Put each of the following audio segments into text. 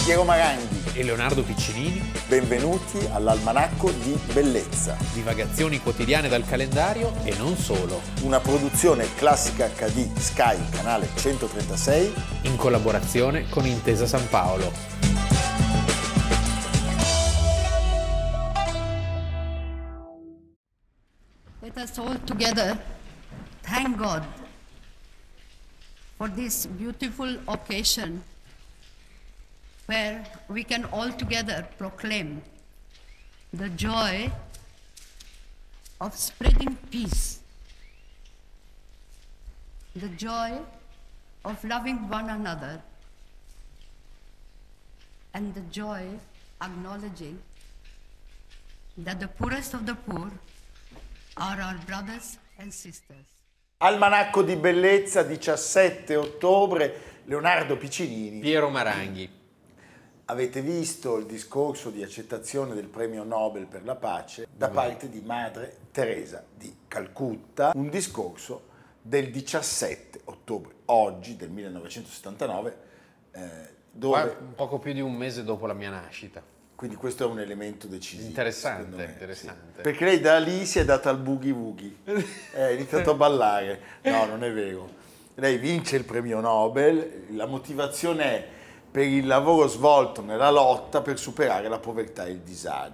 Piero Maranghi e Leonardo Piccinini. Benvenuti all'Almanacco di Bellezza. Divagazioni quotidiane dal calendario e non solo. Una produzione Classica HD Sky, canale 136. In collaborazione con Intesa San Paolo. Let us all together thank God for this beautiful occasion where we can all together proclaim the joy of spreading peace, the joy of loving one another, and the joy acknowledging that the poorest of the poor are our brothers and sisters. Almanacco di Bellezza, 17 ottobre, Leonardo Piccinini. Piero Maranghi. Avete visto il discorso di accettazione del premio Nobel per la pace da parte di Madre Teresa di Calcutta, un discorso del 17 ottobre, oggi, del 1979, dove... Poco più di un mese dopo la mia nascita. Quindi questo è un elemento decisivo. Interessante. Sì. Perché lei da lì si è data al boogie woogie, ha iniziato a ballare. No, non è vero. Lei vince il premio Nobel, la motivazione è per il lavoro svolto nella lotta per superare la povertà e il disagio.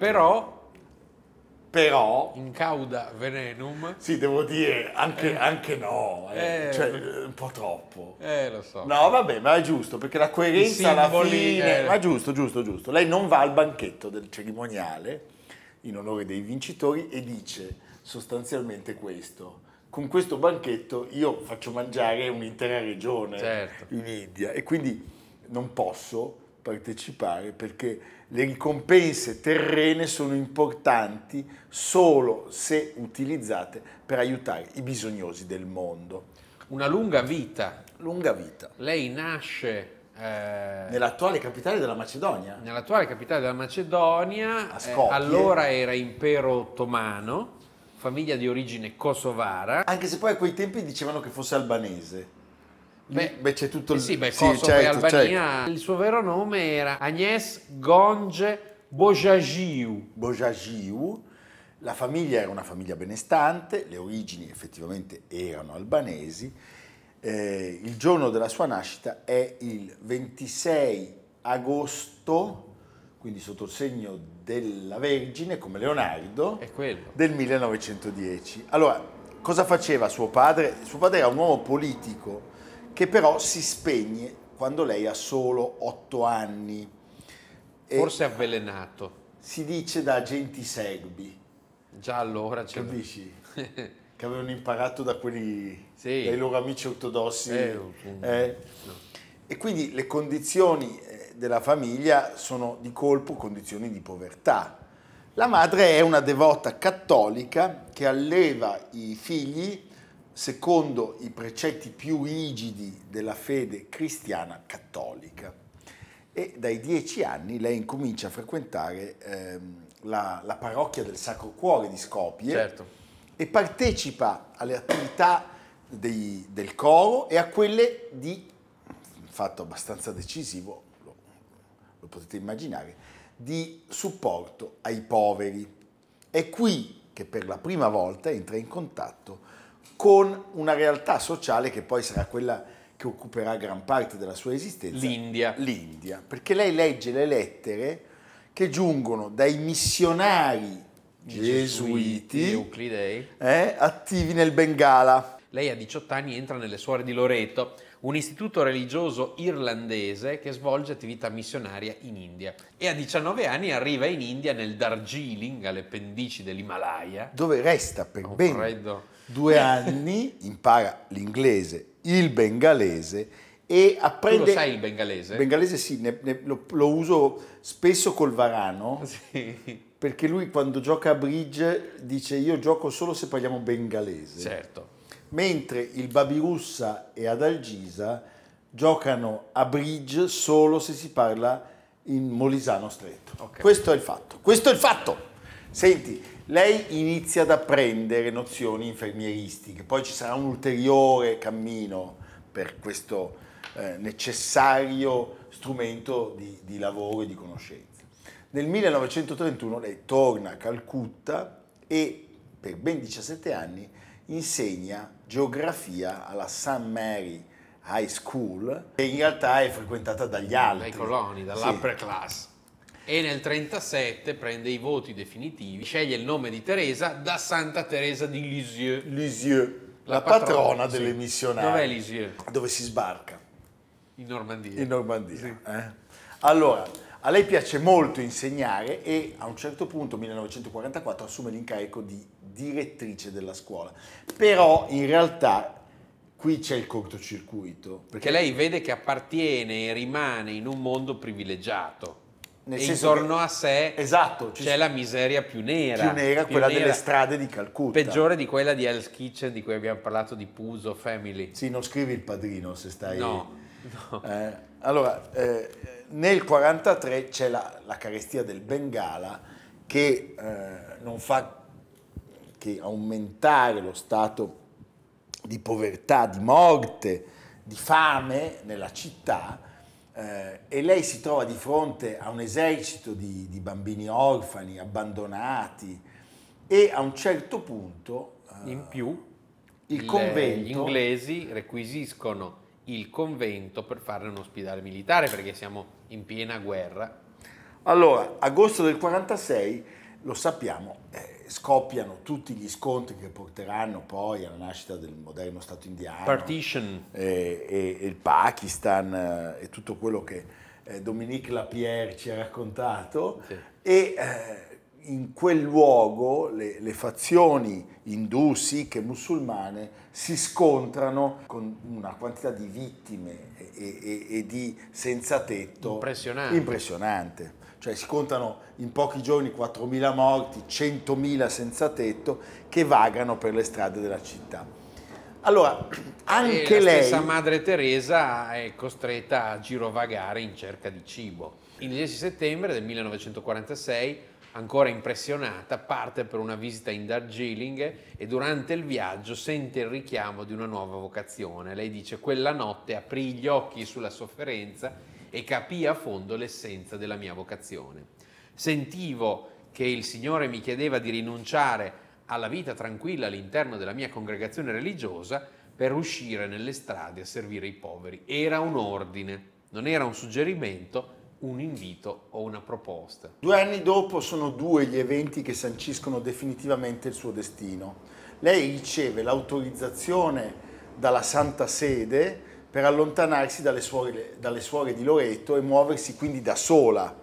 Però in cauda venenum. Sì, devo dire, anche no, cioè un po' troppo. Lo so. No, vabbè, ma è giusto, perché la coerenza alla fine... Ma giusto. Lei non va al banchetto del cerimoniale, in onore dei vincitori, e dice sostanzialmente questo: con questo banchetto io faccio mangiare un'intera regione in India, e quindi non posso partecipare perché le ricompense terrene sono importanti solo se utilizzate per aiutare i bisognosi del mondo. Una lunga vita. Lunga vita. Lei nasce nell'attuale capitale della Macedonia. A Skopje. Allora era impero ottomano, famiglia di origine kosovara. Anche se poi a quei tempi dicevano che fosse albanese. C'è tutto il... Kosovo e Albania. Certo. Il suo vero nome era Agnes Gonje Bojagiu. La famiglia era una famiglia benestante, le origini effettivamente erano albanesi. Il giorno della sua nascita è il 26 agosto, quindi sotto il segno della Vergine, come Leonardo, del 1910. Allora, cosa faceva suo padre? Suo padre era un uomo politico che però si spegne quando lei ha solo 8 anni. Forse avvelenato. Si dice da agenti serbi. Già allora c'era. Capisci? Che avevano imparato da quelli, dai loro amici ortodossi. No. E quindi le condizioni della famiglia sono di colpo condizioni di povertà. La madre è una devota cattolica che alleva i figli secondo i precetti più rigidi della fede cristiana cattolica, e dai 10 anni lei incomincia a frequentare la parrocchia del Sacro Cuore di Skopje, e partecipa alle attività del coro e a quelle di, un fatto abbastanza decisivo, lo potete immaginare, di supporto ai poveri. È qui che per la prima volta entra in contatto con una realtà sociale che poi sarà quella che occuperà gran parte della sua esistenza. L'India, perché lei legge le lettere che giungono dai missionari gesuiti euclidei, attivi nel Bengala. Lei a 18 anni entra nelle Suore di Loreto, un istituto religioso irlandese che svolge attività missionaria in India, e a 19 anni arriva in India, nel Darjeeling, alle pendici dell'Himalaya, dove resta per ben 2 anni, impara l'inglese, il bengalese, e apprende... Tu lo sai il bengalese? Il bengalese sì, lo uso spesso col varano, perché lui quando gioca a bridge dice: io gioco solo se parliamo bengalese. Certo. Mentre il Babirussa e Adalgisa giocano a bridge solo se si parla in molisano stretto. Questo è il fatto. Senti, lei inizia ad apprendere nozioni infermieristiche, poi ci sarà un ulteriore cammino per questo necessario strumento di lavoro e di conoscenza. Nel 1931 lei torna a Calcutta e per ben 17 anni insegna geografia alla St. Mary High School, che in realtà è frequentata dagli altri. Dai coloni, dall'upper class. E nel 1937 prende i voti definitivi, sceglie il nome di Teresa da Santa Teresa di Lisieux. Lisieux, la patrona delle sì. missionarie. Dov'è Lisieux? Dove si sbarca. In Normandia. In Normandia. Sì. Allora, a lei piace molto insegnare e a un certo punto, 1944, assume l'incarico di direttrice della scuola. Però in realtà qui c'è il cortocircuito. Perché lei vede che appartiene e rimane in un mondo privilegiato. Nel E senso intorno che- a sé esatto, c'è la miseria più nera. quella delle strade di Calcutta. Peggiore di quella di Hell's Kitchen di cui abbiamo parlato, di Puzo Family. Sì, non scrivi Il Padrino se stai... No. Allora, nel 1943 c'è la carestia del Bengala che non fa che aumentare lo stato di povertà, di morte, di fame nella città, e lei si trova di fronte a un esercito di bambini orfani, abbandonati, e a un certo punto In più, il convento... gli inglesi requisiscono il convento per fare un ospedale militare, perché siamo in piena guerra. Allora, agosto del 46, lo sappiamo, scoppiano tutti gli scontri che porteranno poi alla nascita del moderno Stato indiano. Partition. E il Pakistan e tutto quello che Dominique Lapierre ci ha raccontato. Sì. E in quel luogo le fazioni indù, sikh e musulmane si scontrano con una quantità di vittime e di senza tetto impressionante. Cioè si contano in pochi giorni 4.000 morti, 100.000 senza tetto che vagano per le strade della città. Allora, anche e la lei... stessa Madre Teresa è costretta a girovagare in cerca di cibo. Il 10 settembre del 1946, ancora impressionata, parte per una visita in Darjeeling e durante il viaggio sente il richiamo di una nuova vocazione. Lei dice: quella notte aprì gli occhi sulla sofferenza e capì a fondo l'essenza della mia vocazione. Sentivo che il Signore mi chiedeva di rinunciare alla vita tranquilla all'interno della mia congregazione religiosa per uscire nelle strade a servire i poveri. Era un ordine, non era un suggerimento, un invito o una proposta. 2 anni dopo sono 2 gli eventi che sanciscono definitivamente il suo destino. Lei riceve l'autorizzazione dalla Santa Sede per allontanarsi dalle suore di Loreto e muoversi quindi da sola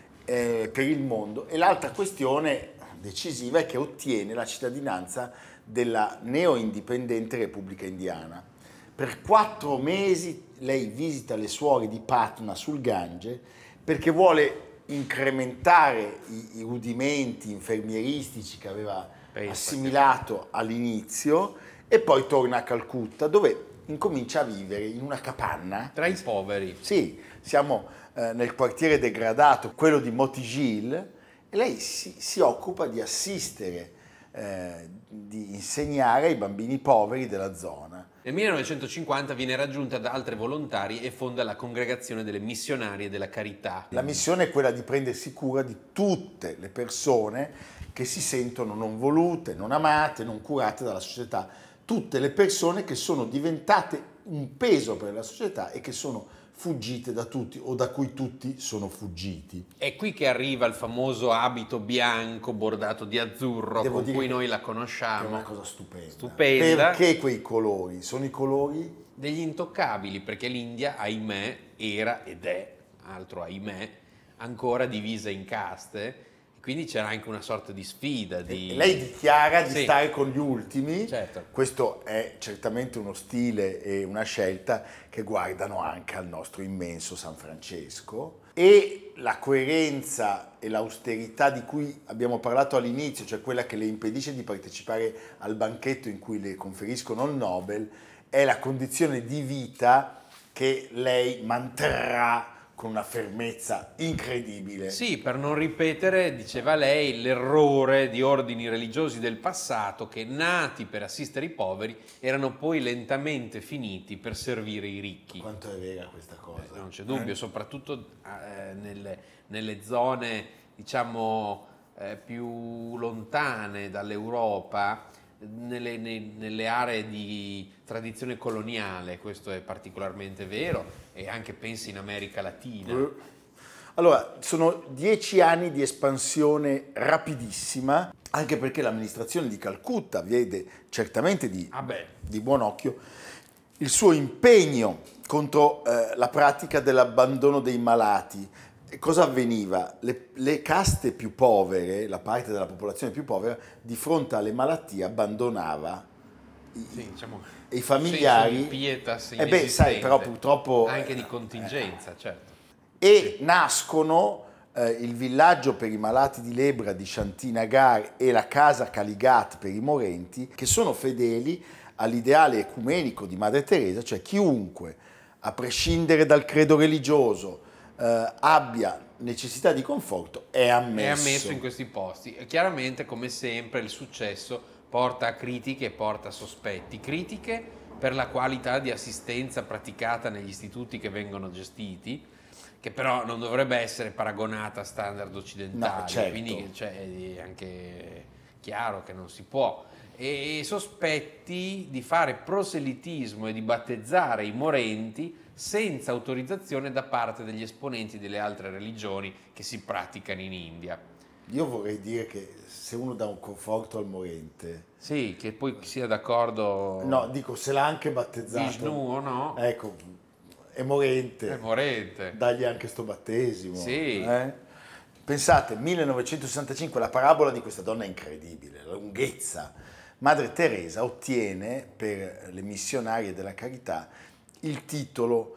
per il mondo. E l'altra questione decisiva è che ottiene la cittadinanza della neo-indipendente Repubblica Indiana. Per 4 mesi lei visita le suore di Patna sul Gange perché vuole incrementare i rudimenti infermieristici che aveva assimilato all'inizio e poi torna a Calcutta, dove incomincia a vivere in una capanna. Tra i poveri. Sì, siamo nel quartiere degradato, quello di Motigil, e lei si occupa di assistere, di insegnare ai bambini poveri della zona. Nel 1950 viene raggiunta da altri volontari e fonda la Congregazione delle Missionarie della Carità. La missione è quella di prendersi cura di tutte le persone che si sentono non volute, non amate, non curate dalla società. Tutte le persone che sono diventate un peso per la società e che sono fuggite da tutti o da cui tutti sono fuggiti. È qui che arriva il famoso abito bianco bordato di azzurro Devo con dire cui noi la È conosciamo. una cosa stupenda. Stupenda. Perché quei colori? Sono i colori Degli intoccabili, perché l'India, ahimè, era ed è, altro ahimè, ancora divisa in caste. Quindi c'era anche una sorta di sfida. Lei dichiara di Sì. stare con gli ultimi, Certo. Questo è certamente uno stile e una scelta che guardano anche al nostro immenso San Francesco, e la coerenza e l'austerità di cui abbiamo parlato all'inizio, cioè quella che le impedisce di partecipare al banchetto in cui le conferiscono il Nobel, è la condizione di vita che lei manterrà con una fermezza incredibile. Sì, per non ripetere, diceva lei, l'errore di ordini religiosi del passato che, nati per assistere i poveri, erano poi lentamente finiti per servire i ricchi. Quanto è vera questa cosa? Non c'è dubbio, soprattutto nelle zone, diciamo, più lontane dall'Europa, nelle aree di tradizione coloniale, questo è particolarmente vero, e anche pensi in America Latina. Allora, sono 10 anni di espansione rapidissima, anche perché l'amministrazione di Calcutta vede certamente di buon occhio il suo impegno contro la pratica dell'abbandono dei malati. E cosa avveniva? Le caste più povere, la parte della popolazione più povera, di fronte alle malattie abbandonava Diciamo, i familiari. Di pietas Sai, però purtroppo anche di contingenza, certo. E nascono il villaggio per i malati di lebbra di Shantinagar e la casa Kaligat per i morenti, che sono fedeli all'ideale ecumenico di Madre Teresa, cioè chiunque, a prescindere dal credo religioso, abbia necessità di conforto è ammesso. È ammesso in questi posti. E chiaramente, come sempre, il successo porta a critiche e porta a sospetti. Critiche per la qualità di assistenza praticata negli istituti che vengono gestiti, che però non dovrebbe essere paragonata a standard occidentali, no, certo. Quindi è anche chiaro che non si può. E sospetti di fare proselitismo e di battezzare i morenti senza autorizzazione da parte degli esponenti delle altre religioni che si praticano in India. Io vorrei dire che se uno dà un conforto al morente... Sì, che poi sia d'accordo... No, dico, se l'ha anche battezzato... Vishnu o no? Ecco, è morente. È morente. Dagli anche sto battesimo. Sì. Pensate, 1965, la parabola di questa donna è incredibile, la lunghezza. Madre Teresa ottiene per le missionarie della carità il titolo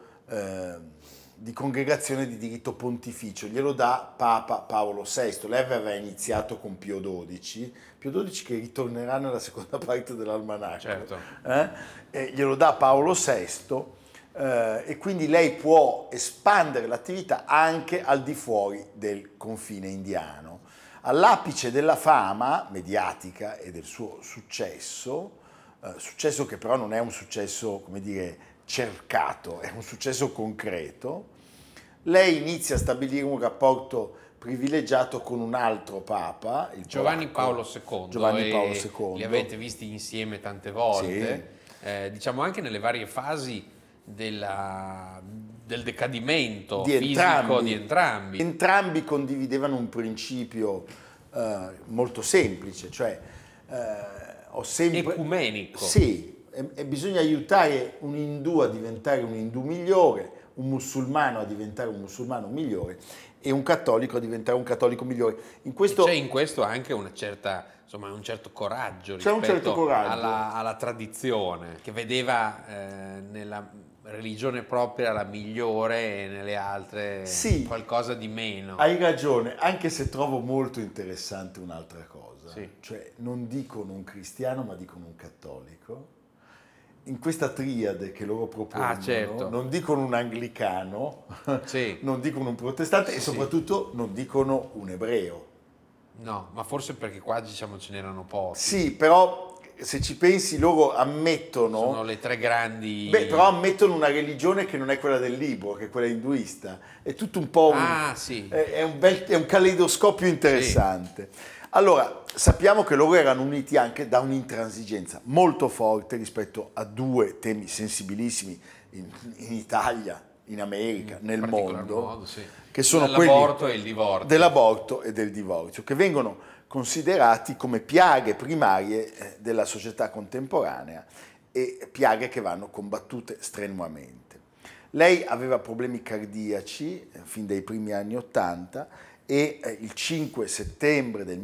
di congregazione di diritto pontificio, glielo dà Papa Paolo VI. Lei aveva iniziato con Pio XII che ritornerà nella seconda parte dell'almanacco. Certo. Glielo dà Paolo VI e quindi lei può espandere l'attività anche al di fuori del confine indiano. All'apice della fama mediatica e del suo successo che però non è un successo, come dire, cercato, è un successo concreto, lei inizia a stabilire un rapporto privilegiato con un altro papa, il Giovanni polacco, Paolo II. Giovanni Paolo II. Li avete visti insieme tante volte, sì. Diciamo anche nelle varie fasi del decadimento fisico di entrambi. Entrambi condividevano un principio molto semplice, cioè ho sempre... Ecumenico. Sì, e bisogna aiutare un indù a diventare un indù migliore, un musulmano a diventare un musulmano migliore e un cattolico a diventare un cattolico migliore. C'è in questo anche un certo coraggio rispetto alla tradizione, che vedeva nella religione propria la migliore e nelle altre qualcosa di meno. Hai ragione, anche se trovo molto interessante un'altra cosa. Sì. Cioè non dicono un cristiano ma dicono un cattolico. In questa triade che loro propongono, certo. Non dicono un anglicano, sì. non dicono un protestante e soprattutto non dicono un ebreo. No, ma forse perché qua ce n'erano pochi. Sì, però se ci pensi loro ammettono... Sono le tre grandi... però ammettono una religione che non è quella del libro, che è quella induista. È tutto un po' è un caleidoscopio interessante. Sì. Allora, sappiamo che loro erano uniti anche da un'intransigenza molto forte rispetto a due temi sensibilissimi in Italia, in America, nel mondo, che sono dell'aborto e il divorzio. Dell'aborto e del divorzio, che vengono considerati come piaghe primarie della società contemporanea e piaghe che vanno combattute strenuamente. Lei aveva problemi cardiaci fin dai primi anni '80 e il 5 settembre del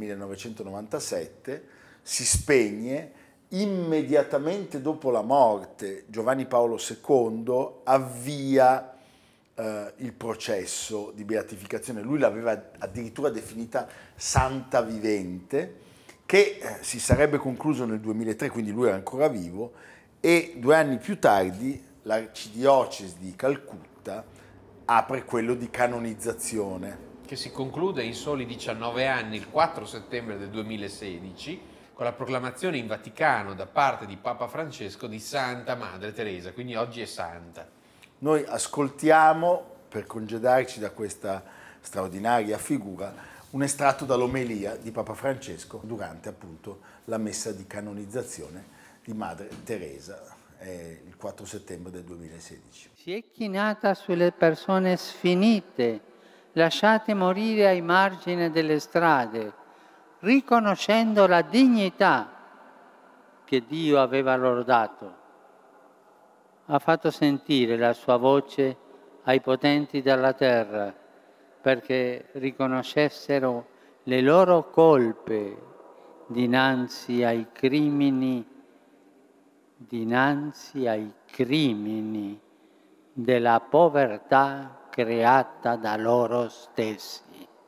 1997 si spegne. Immediatamente dopo la morte Giovanni Paolo II avvia il processo di beatificazione. Lui l'aveva addirittura definita santa vivente, che si sarebbe concluso nel 2003, quindi lui era ancora vivo, e 2 anni più tardi l'arcidiocesi di Calcutta apre quello di canonizzazione. Che si conclude in soli 19 anni, il 4 settembre del 2016, con la proclamazione in Vaticano da parte di Papa Francesco di Santa Madre Teresa, quindi oggi è santa. Noi ascoltiamo, per congedarci da questa straordinaria figura, un estratto dall'omelia di Papa Francesco durante appunto la messa di canonizzazione di Madre Teresa, il 4 settembre del 2016. Si è chinata sulle persone sfinite, lasciate morire ai margini delle strade, riconoscendo la dignità che Dio aveva loro dato. Ha fatto sentire la sua voce ai potenti della terra perché riconoscessero le loro colpe dinanzi ai crimini della povertà creata da loro stessi.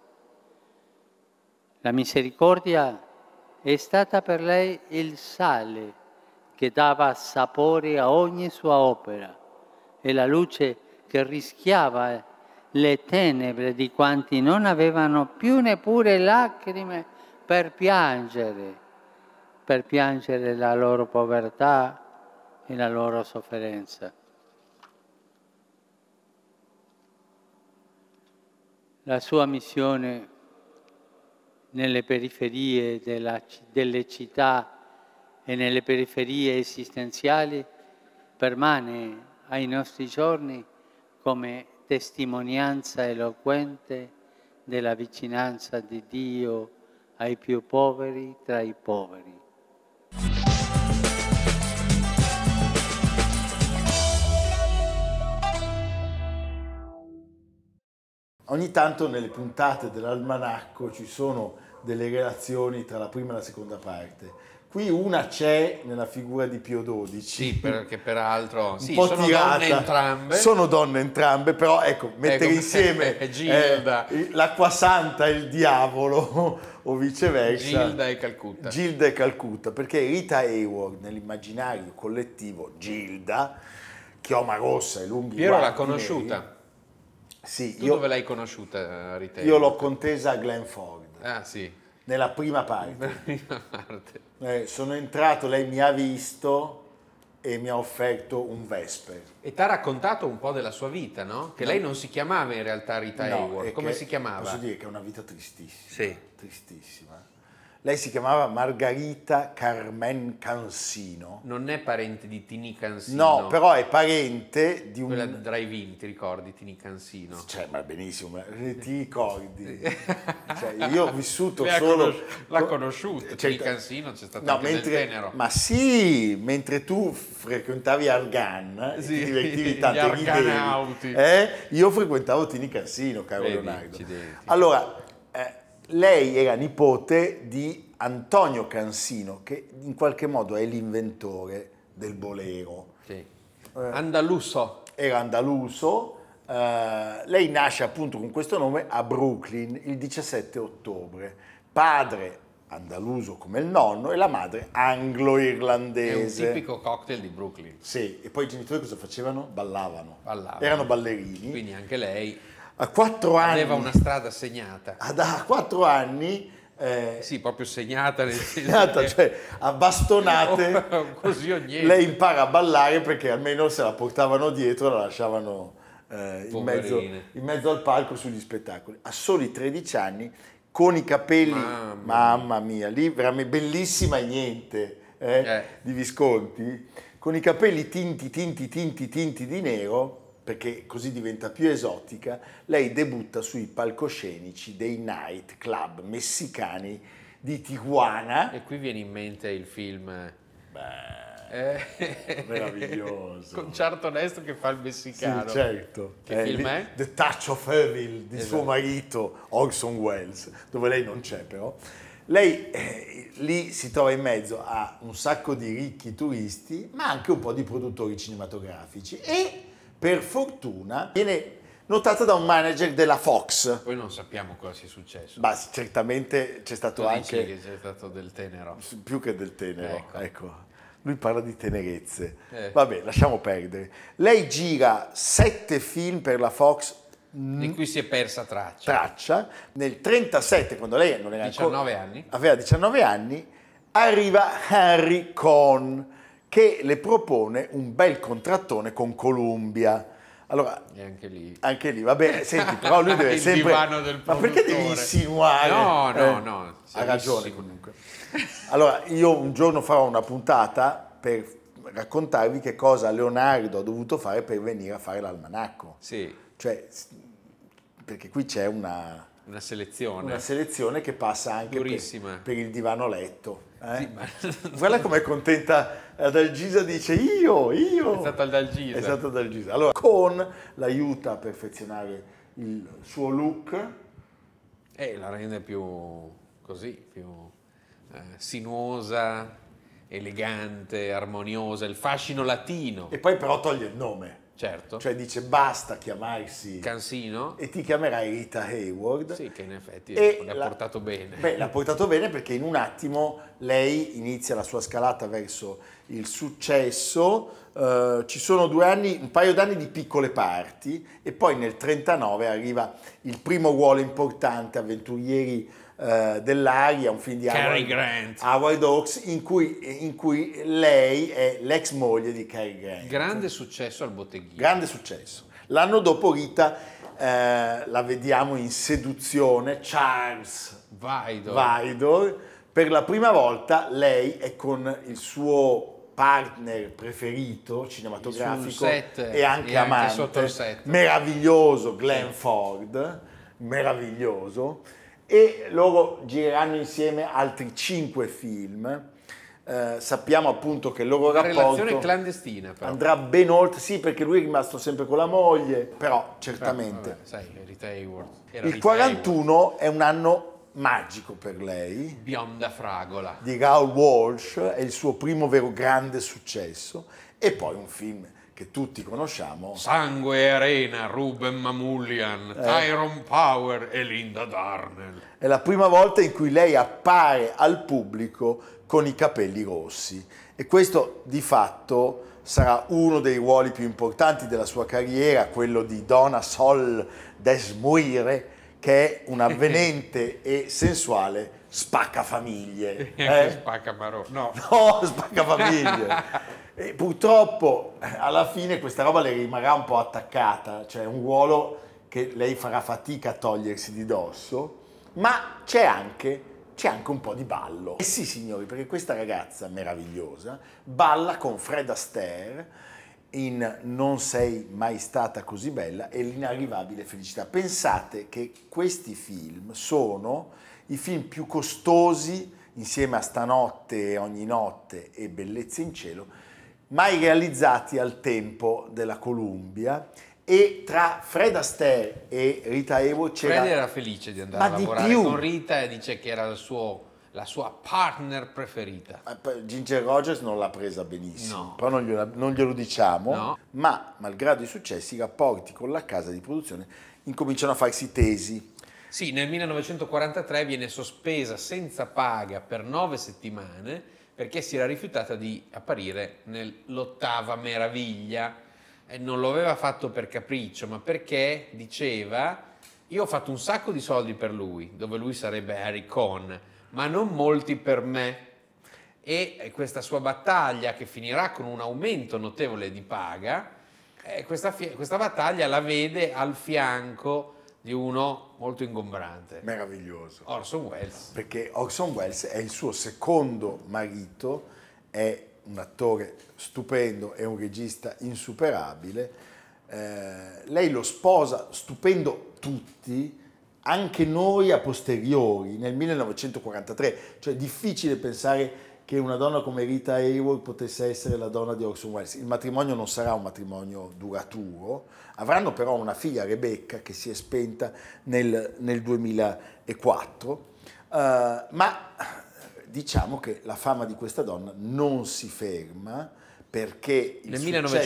La misericordia è stata per lei il sale che dava sapore a ogni sua opera e la luce che rischiava le tenebre di quanti non avevano più neppure lacrime per piangere la loro povertà e la loro sofferenza. La sua missione nelle periferie delle città e nelle periferie esistenziali permane ai nostri giorni come testimonianza eloquente della vicinanza di Dio ai più poveri tra i poveri. Ogni tanto nelle puntate dell'almanacco ci sono delle relazioni tra la prima e la seconda parte. Qui una c'è nella figura di Pio XII. Sì, perché peraltro un sì, po' sono tirata. donne entrambe. Sono donne entrambe, però ecco, mettere insieme Gilda. l'acqua santa e il diavolo o viceversa. Gilda e Calcutta. Gilda e Calcutta, perché Rita Hayworth nell'immaginario collettivo Gilda, chioma rossa e lunghi Piero l'ha guanti conosciuta. neri. Sì, Tu dove l'hai conosciuta, Rita? io l'ho contesa a Glenford. Ah, sì. Nella prima parte. Prima parte. Sono entrato, lei mi ha visto e mi ha offerto un Vesper. E ti ha raccontato un po' della sua vita, no? Che lei non si chiamava in realtà Rita Hayworth. Come si chiamava? Posso dire che è una vita tristissima. Sì. Tristissima. Lei si chiamava Margarita Carmen Cansino. Non è parente di Tini Cansino. No, però è parente di un... Quella del drive-in, ti ricordi Tini Cansino? Cioè, ma benissimo, ma ti ricordi? Cioè, io ho vissuto L'ha solo... l'ha conosciuto, Cioè, Tini Cansino, c'è stato no, anche del tenero. Ma sì, mentre tu frequentavi Argan, Sì, ti divertivi gli tanto, arganauti. Io frequentavo Tini Cansino, caro Vedi, Leonardo. accidenti. Allora, lei era nipote di Antonio Cansino, che in qualche modo è l'inventore del bolero. Sì. Andaluso. Era andaluso, lei nasce appunto con questo nome a Brooklyn il 17 ottobre. Padre andaluso come il nonno e la madre È anglo-irlandese. un tipico cocktail di Brooklyn. Sì, e poi i genitori cosa facevano? Ballavano. Ballavano. Erano ballerini. Quindi anche lei A 4 anni... aveva una strada segnata. A 4 anni... Sì, proprio segnata nel senso segnata, che- cioè a bastonate così o niente. lei impara a ballare perché almeno se la portavano dietro la lasciavano Poverine. in mezzo al palco sugli spettacoli. A soli 13 anni con i capelli, mamma mia, lì veramente bellissima e niente di Visconti, con i capelli tinti di nero, perché così diventa più esotica. Lei debutta sui palcoscenici dei night club messicani di Tijuana. E qui viene in mente il film Meraviglioso. con Charlton Heston che fa il messicano. Sì, certo. Che film lì, è? The Touch of Evil di Esatto. suo marito Orson Welles, dove lei non c'è però. Lei lì si trova in mezzo a un sacco di ricchi turisti, ma anche un po' di produttori cinematografici e per fortuna viene notata da un manager della Fox. Poi non sappiamo cosa sia successo. Ma certamente c'è stato Tu dici anche che c'è stato del tenero. più che del tenero, Ecco. ecco. Lui parla di tenerezze. Vabbè, lasciamo perdere. Lei gira 7 film per la Fox di cui si è persa traccia. Nel 1937, quando lei non era 19 anni. aveva 19 anni, arriva Henry Cohn che le propone un bel contrattone con Columbia. Allora, E anche lì, vabbè, senti, però lui deve Il sempre... divano del Ma perché devi produttore. insinuare? No. Ha ragione comunque. Allora, io un giorno farò una puntata per raccontarvi che cosa Leonardo ha dovuto fare per venire a fare l'almanacco. Sì, Cioè, perché qui c'è una selezione che passa anche durissima. per il divano letto. Sì, ma Guarda com'è contenta Adalgisa, dice io. è stato al Dalgisa. È stato Adalgisa. Allora, Cohn l'aiuta a perfezionare il suo look. La rende più sinuosa, elegante, armoniosa, il fascino latino. E poi però toglie il nome. Certo. Cioè dice basta chiamarsi Cansino. e ti chiamerai Rita Hayworth. Sì, che in effetti E l'ha portato bene. Beh, l'ha portato bene perché in un attimo lei inizia la sua scalata verso il successo. Ci sono un paio d'anni di piccole parti e poi nel 1939 arriva il primo ruolo importante, Avventurieri dell'aria, un film di Cary Grant. Howard Hawks in cui lei è l'ex moglie di Cary Grant. Grande successo al botteghino. Grande successo. L'anno dopo Rita la vediamo in Seduzione, Charles Vidor. Per la prima volta lei è con il suo partner preferito cinematografico Sul set e anche amante, sotto il set. meraviglioso Glenn Ford, meraviglioso, e loro gireranno insieme altri 5 film. Sappiamo appunto che il loro Una rapporto relazione clandestina, però. andrà ben oltre, sì, perché lui è rimasto sempre con la moglie, però certamente. Vabbè, sai, Rita Hayworth. Era Il Rita 41 è un anno magico per lei, Hayworth. Bionda fragola. di Raoul Walsh, è il suo primo vero grande successo, e poi un film che tutti conosciamo, Sangue e arena, Ruben Mamoulian, Tyrone Power e Linda Darnell. è la prima volta in cui lei appare al pubblico con i capelli rossi, e questo di fatto sarà uno dei ruoli più importanti della sua carriera, quello di Donna Sol Desmuire, che è un'avvenente e sensuale spaccafamiglie. Spacca Marò. No. No, spaccafamiglie. E purtroppo alla fine questa roba le rimarrà un po' attaccata, cioè un ruolo che lei farà fatica a togliersi di dosso, ma c'è anche un po' di ballo. E sì, signori, perché questa ragazza meravigliosa balla con Fred Astaire in Non sei mai stata così bella e L'inarrivabile felicità. Pensate che questi film sono i film più costosi, insieme a Stanotte, Ogni notte e Bellezze in cielo, mai realizzati al tempo della Columbia, e tra Fred Astaire e Rita Hayworth c'era... Fred era felice di andare Ma a di lavorare più. con Rita e dice che era la sua partner preferita. Ginger Rogers non l'ha presa benissimo, No. però non glielo diciamo, No. ma malgrado i successi i rapporti con la casa di produzione incominciano a farsi tesi. Sì, nel 1943 viene sospesa senza paga per 9 settimane perché si era rifiutata di apparire nell'Ottava meraviglia. E non lo aveva fatto per capriccio, ma perché diceva: io ho fatto un sacco di soldi per lui, dove lui sarebbe Harry Cohn, ma non molti per me. E questa sua battaglia, che finirà con un aumento notevole di paga, questa battaglia la vede al fianco di uno molto ingombrante, Meraviglioso. Orson Welles. Perché Orson Welles è il suo secondo marito, è un attore stupendo, è un regista insuperabile. Lei lo sposa, stupendo tutti, anche noi a posteriori, nel 1943. Cioè è difficile pensare che una donna come Rita Hayworth potesse essere la donna di Orson Welles. Il matrimonio non sarà un matrimonio duraturo, avranno però una figlia, Rebecca, che si è spenta nel 2004, ma diciamo che la fama di questa donna non si ferma, perché Nel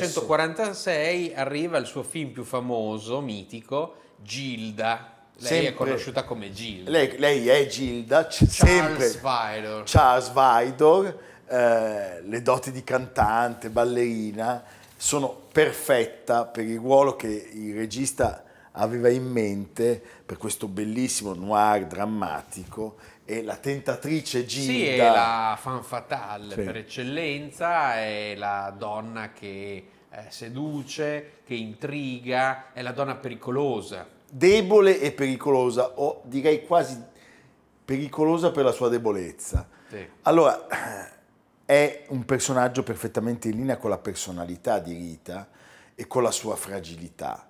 1946 arriva il suo film più famoso, mitico, Gilda. Lei è conosciuta come Gilda. Lei è Gilda, Charles Vidor. Charles Vidor, le doti di cantante, ballerina, sono perfetta per il ruolo che il regista aveva in mente per questo bellissimo noir drammatico e la tentatrice Gilda. Sì, è la femme fatale Sì. per eccellenza, è la donna che seduce, che intriga, è la donna pericolosa. Debole e pericolosa, o direi quasi pericolosa per la sua debolezza. Sì. Allora, è un personaggio perfettamente in linea con la personalità di Rita e con la sua fragilità.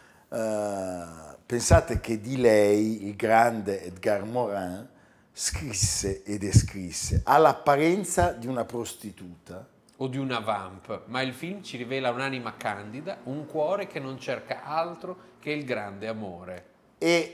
Pensate che di lei il grande Edgar Morin scrisse e descrisse, ha l'apparenza di una prostituta, O di una vamp, ma il film ci rivela un'anima candida, un cuore che non cerca altro che il grande amore. e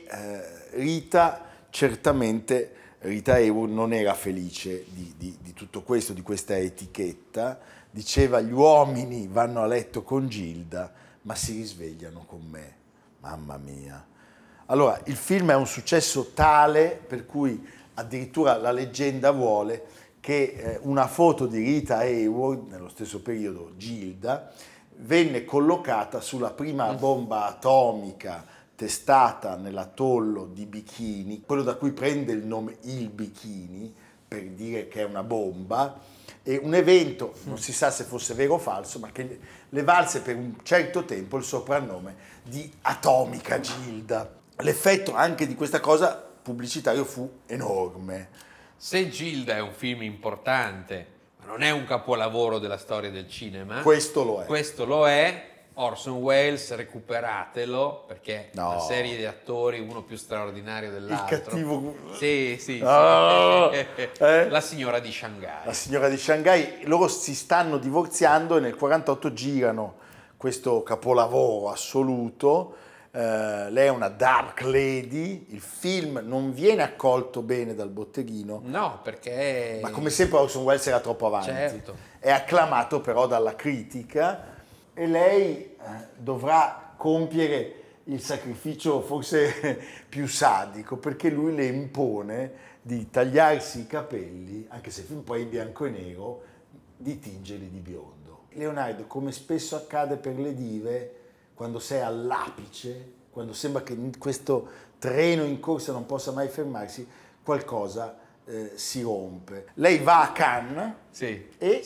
Rita certamente, Rita Hayworth non era felice di tutto questo, di questa etichetta, diceva gli uomini vanno a letto con Gilda ma si risvegliano con me, mamma mia. Allora il film è un successo tale per cui addirittura la leggenda vuole che una foto di Rita Hayworth, nello stesso periodo Gilda, venne collocata sulla prima bomba atomica testata nell'atollo di Bikini, quello da cui prende il nome il Bikini, per dire che è una bomba, e un evento, non si sa se fosse vero o falso, ma che le valse per un certo tempo il soprannome di Atomica Gilda. L'effetto anche di questa cosa pubblicitario fu enorme. Se Gilda è un film importante, ma non è un capolavoro della storia del cinema, Questo lo è. questo lo è. Orson Welles, recuperatelo, perché No. una serie di attori, uno più straordinario dell'altro. Il cattivo... Sì, sì, sì. Oh, La signora di Shanghai. La signora di Shanghai, loro si stanno divorziando e nel 48 girano questo capolavoro assoluto. Lei è una dark lady, il film non viene accolto bene dal botteghino, No, perché... ma come sempre Orson Welles era troppo avanti. Certo. È acclamato però dalla critica e lei dovrà compiere il sacrificio forse più sadico, perché lui le impone di tagliarsi i capelli, anche se il film poi è in bianco e nero, di tingerli di biondo. Leonardo, come spesso accade per le dive, quando sei all'apice, quando sembra che questo treno in corsa non possa mai fermarsi, qualcosa si rompe. Lei va a Cannes Sì. e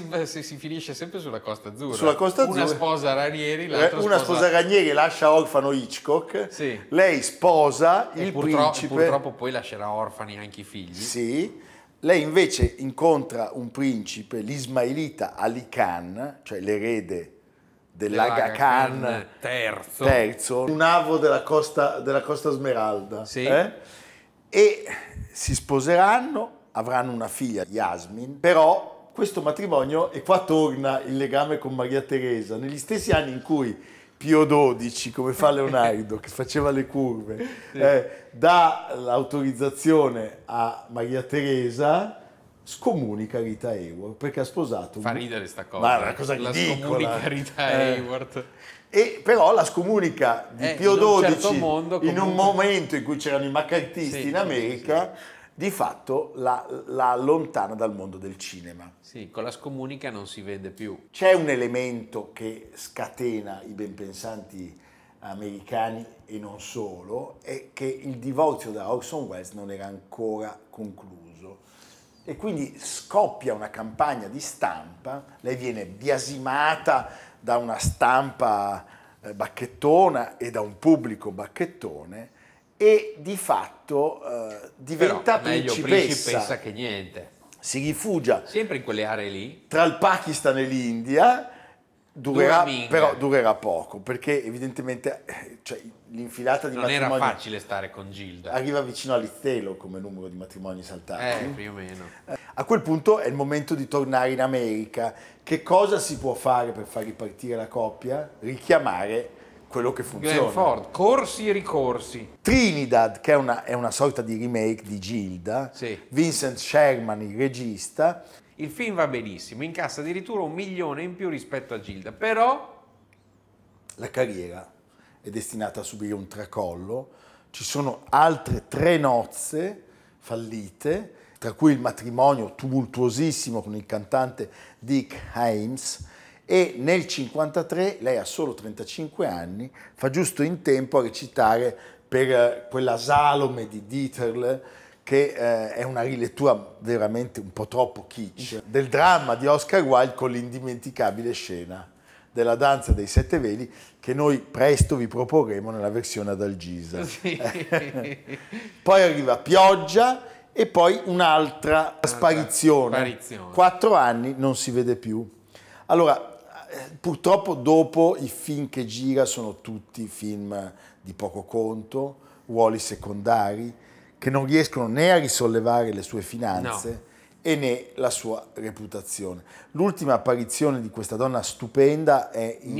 Si finisce sempre sulla Costa Azzurra. Sulla Costa Una Azzurra. sposa Ranieri, l'altra una sposa Ranieri lascia orfano Hitchcock, Sì. lei sposa E il purtroppo principe. poi lascerà orfani anche i figli. Sì, lei invece incontra un principe, l'Ismailita Ali Khan, cioè l'erede dell'Aga Khan terzo. un avo della Costa Smeralda. Sì. E si sposeranno, avranno una figlia, Yasmin, però questo matrimonio, e qua torna il legame con Maria Teresa, negli stessi anni in cui Pio XII, come fa Leonardo, che faceva le curve, dà l'autorizzazione a Maria Teresa, scomunica Rita Hayworth perché ha sposato Fa ridere sta cosa. Ma è una cosa La ridicola. scomunica Rita Hayworth. E però la scomunica di Pio in un XII certo mondo, in un comunque- momento in cui c'erano i maccartisti Sì, in America, di fatto la allontana dal mondo del cinema. Sì, con la scomunica non si vede più. C'è un elemento che scatena i benpensanti americani e non solo, è che il divorzio da Orson Welles non era ancora concluso e quindi scoppia una campagna di stampa, lei viene biasimata da una stampa bacchettona e da un pubblico bacchettone e di fatto diventa Però meglio principessa che niente. si rifugia Sempre in quelle aree lì. tra il Pakistan e l'India, durerà, Dura minga. però durerà poco, perché evidentemente cioè, l'infilata di Non era matrimoni facile stare con Gilda. arriva vicino all'Izzelo come numero di matrimoni saltati. Più o meno. A quel punto è il momento di tornare in America. Che cosa si può fare per far ripartire la coppia? Richiamare quello che funziona. Glenn Ford, corsi e ricorsi. Trinidad, che è una sorta di remake di Gilda, Sì. Vincent Sherman, il regista. Il film va benissimo, incassa addirittura 1 milione in più rispetto a Gilda, però La carriera è destinata a subire un tracollo. Ci sono altre 3 nozze fallite, tra cui il matrimonio tumultuosissimo con il cantante Dick Haymes e nel 1953, lei ha solo 35 anni, fa giusto in tempo a recitare per quella Salome di Dieterle, che è una rilettura veramente un po' troppo kitsch del dramma di Oscar Wilde, con l'indimenticabile scena della danza dei sette veli, che noi presto vi proporremo nella versione ad Algisa. Sì. Poi arriva Pioggia e poi un'altra sparizione. 4 anni non si vede più. Allora, purtroppo dopo i film che gira sono tutti film di poco conto, ruoli secondari, che non riescono né a risollevare le sue finanze e né la sua reputazione. L'ultima apparizione di questa donna stupenda è in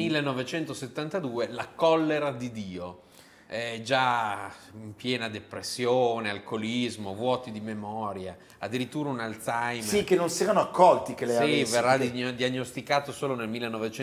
1972, La collera di Dio. È già in piena depressione, alcolismo, vuoti di memoria, addirittura un Alzheimer. Sì, che non si erano accorti che lei avesse. Sì, verrà diagnosticato solo nel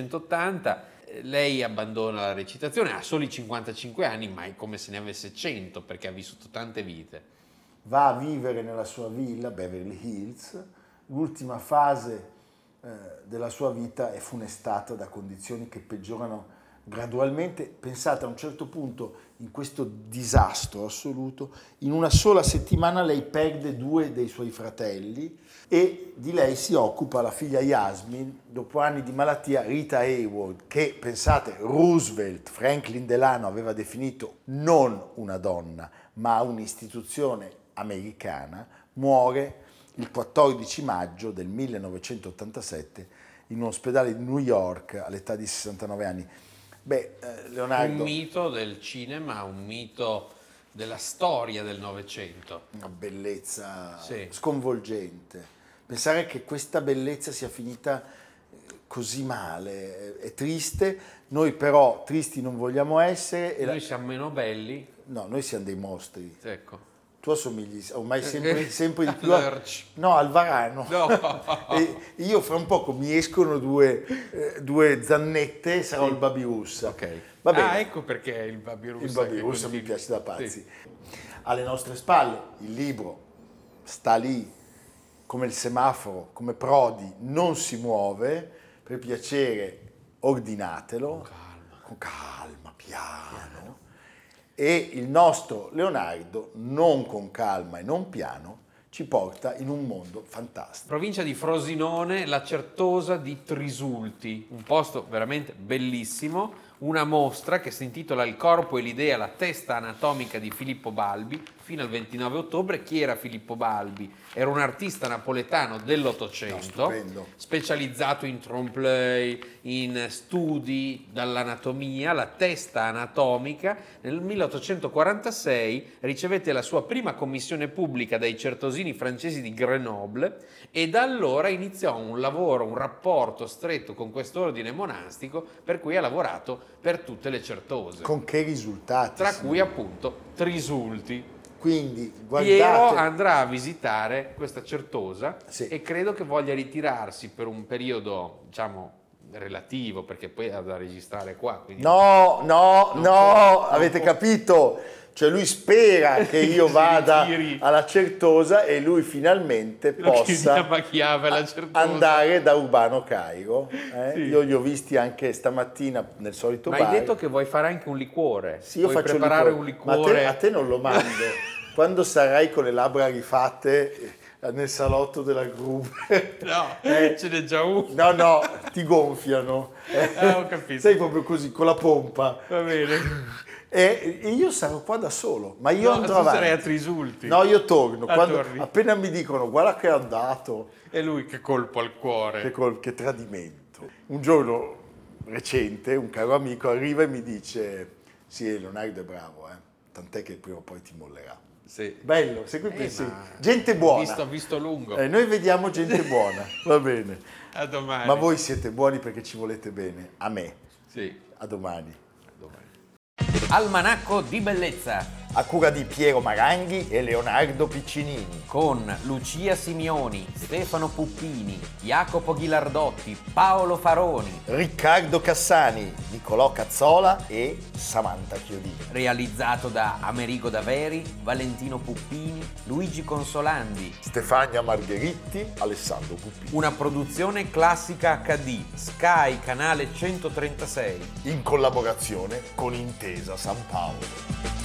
1980. Lei abbandona la recitazione, ha soli 55 anni, ma è come se ne avesse 100, perché ha vissuto tante vite. Va a vivere nella sua villa, Beverly Hills. L'ultima fase della sua vita è funestata da condizioni che peggiorano gradualmente. Pensate, a un certo punto, in questo disastro assoluto, in una sola settimana lei perde 2 dei suoi fratelli e di lei si occupa la figlia Yasmin, dopo anni di malattia. Rita Hayworth, che, pensate, Roosevelt, Franklin Delano aveva definito non una donna, ma un'istituzione americana, muore il 14 maggio del 1987 in un ospedale di New York all'età di 69 anni. Leonardo, un mito del cinema, un mito della storia del Novecento. Una bellezza sì, sconvolgente. Pensare che questa bellezza sia finita così male è triste. Noi però tristi non vogliamo essere. Noi siamo meno belli. No, noi siamo dei mostri. Ecco. Tu assomigli ormai sempre di più al Varano. No. E io fra un poco mi escono due zannette, sarò il Babirussa. Ok. Va bene. Ah, ecco perché il Babirussa. Il Babirussa mi piace da pazzi. Sì. Alle nostre spalle il libro sta lì come il semaforo, come Prodi, non si muove. Per piacere ordinatelo. Con calma, piano. E il nostro Leonardo, non con calma e non piano, ci porta in un mondo fantastico. Provincia di Frosinone, la Certosa di Trisulti, un posto veramente bellissimo, una mostra che si intitola Il corpo e l'idea, la testa anatomica di Filippo Balbi, fino al 29 ottobre. Chi era Filippo Balbi? Era un artista napoletano dell'Ottocento, specializzato in trompe-l'œil, in studi dall'anatomia, la testa anatomica. Nel 1846 ricevette la sua prima commissione pubblica dai certosini francesi di Grenoble e da allora iniziò un lavoro, un rapporto stretto con quest'ordine monastico, per cui ha lavorato per tutte le Certose. Con che risultati? Tra cui appunto Trisulti. Quindi guardate... Piero andrà a visitare questa Certosa, sì, e credo che voglia ritirarsi per un periodo, diciamo, relativo, perché poi ha da registrare qua. Quindi avete capito? Cioè lui spera che io vada alla Certosa e lui finalmente possa andare da Urbano Cairo. Sì. Io li ho visti anche stamattina nel solito bar. Ma hai detto che vuoi fare anche un liquore. Sì, io vuoi faccio preparare un liquore. Ma a te non lo mando. Quando sarai con le labbra rifatte nel salotto della Gruber. No, ce n'è già uno. No, ti gonfiano. Ho capito. Sei proprio così, con la pompa. Va bene. E io sarò qua da solo, ma io andrò avanti. Sarei a Trisulti. No, io torno. Appena mi dicono guarda che è andato. E lui che colpo al cuore. Che tradimento. Un giorno recente un caro amico arriva e mi dice: sì, Leonardo è bravo, tant'è che prima o poi ti mollerà. Sì. Bello, se qui pensi, gente buona. Ho visto lungo. Noi vediamo gente buona, va bene. A domani. Ma voi siete buoni perché ci volete bene, a me. Sì. A domani. Almanacco di bellezza. a cura di Piero Maranghi e Leonardo Piccinini. Con Lucia Simioni, Stefano Puppini, Jacopo Ghilardotti, Paolo Faroni. Riccardo Cassani, Nicolò Cazzola e Samantha Chiodini. Realizzato da Amerigo Daveri, Valentino Puppini, Luigi Consolandi. Stefania Margheritti, Alessandro Puppini. Una produzione Classica HD, Sky, canale 136. In collaborazione con Intesa San Paolo.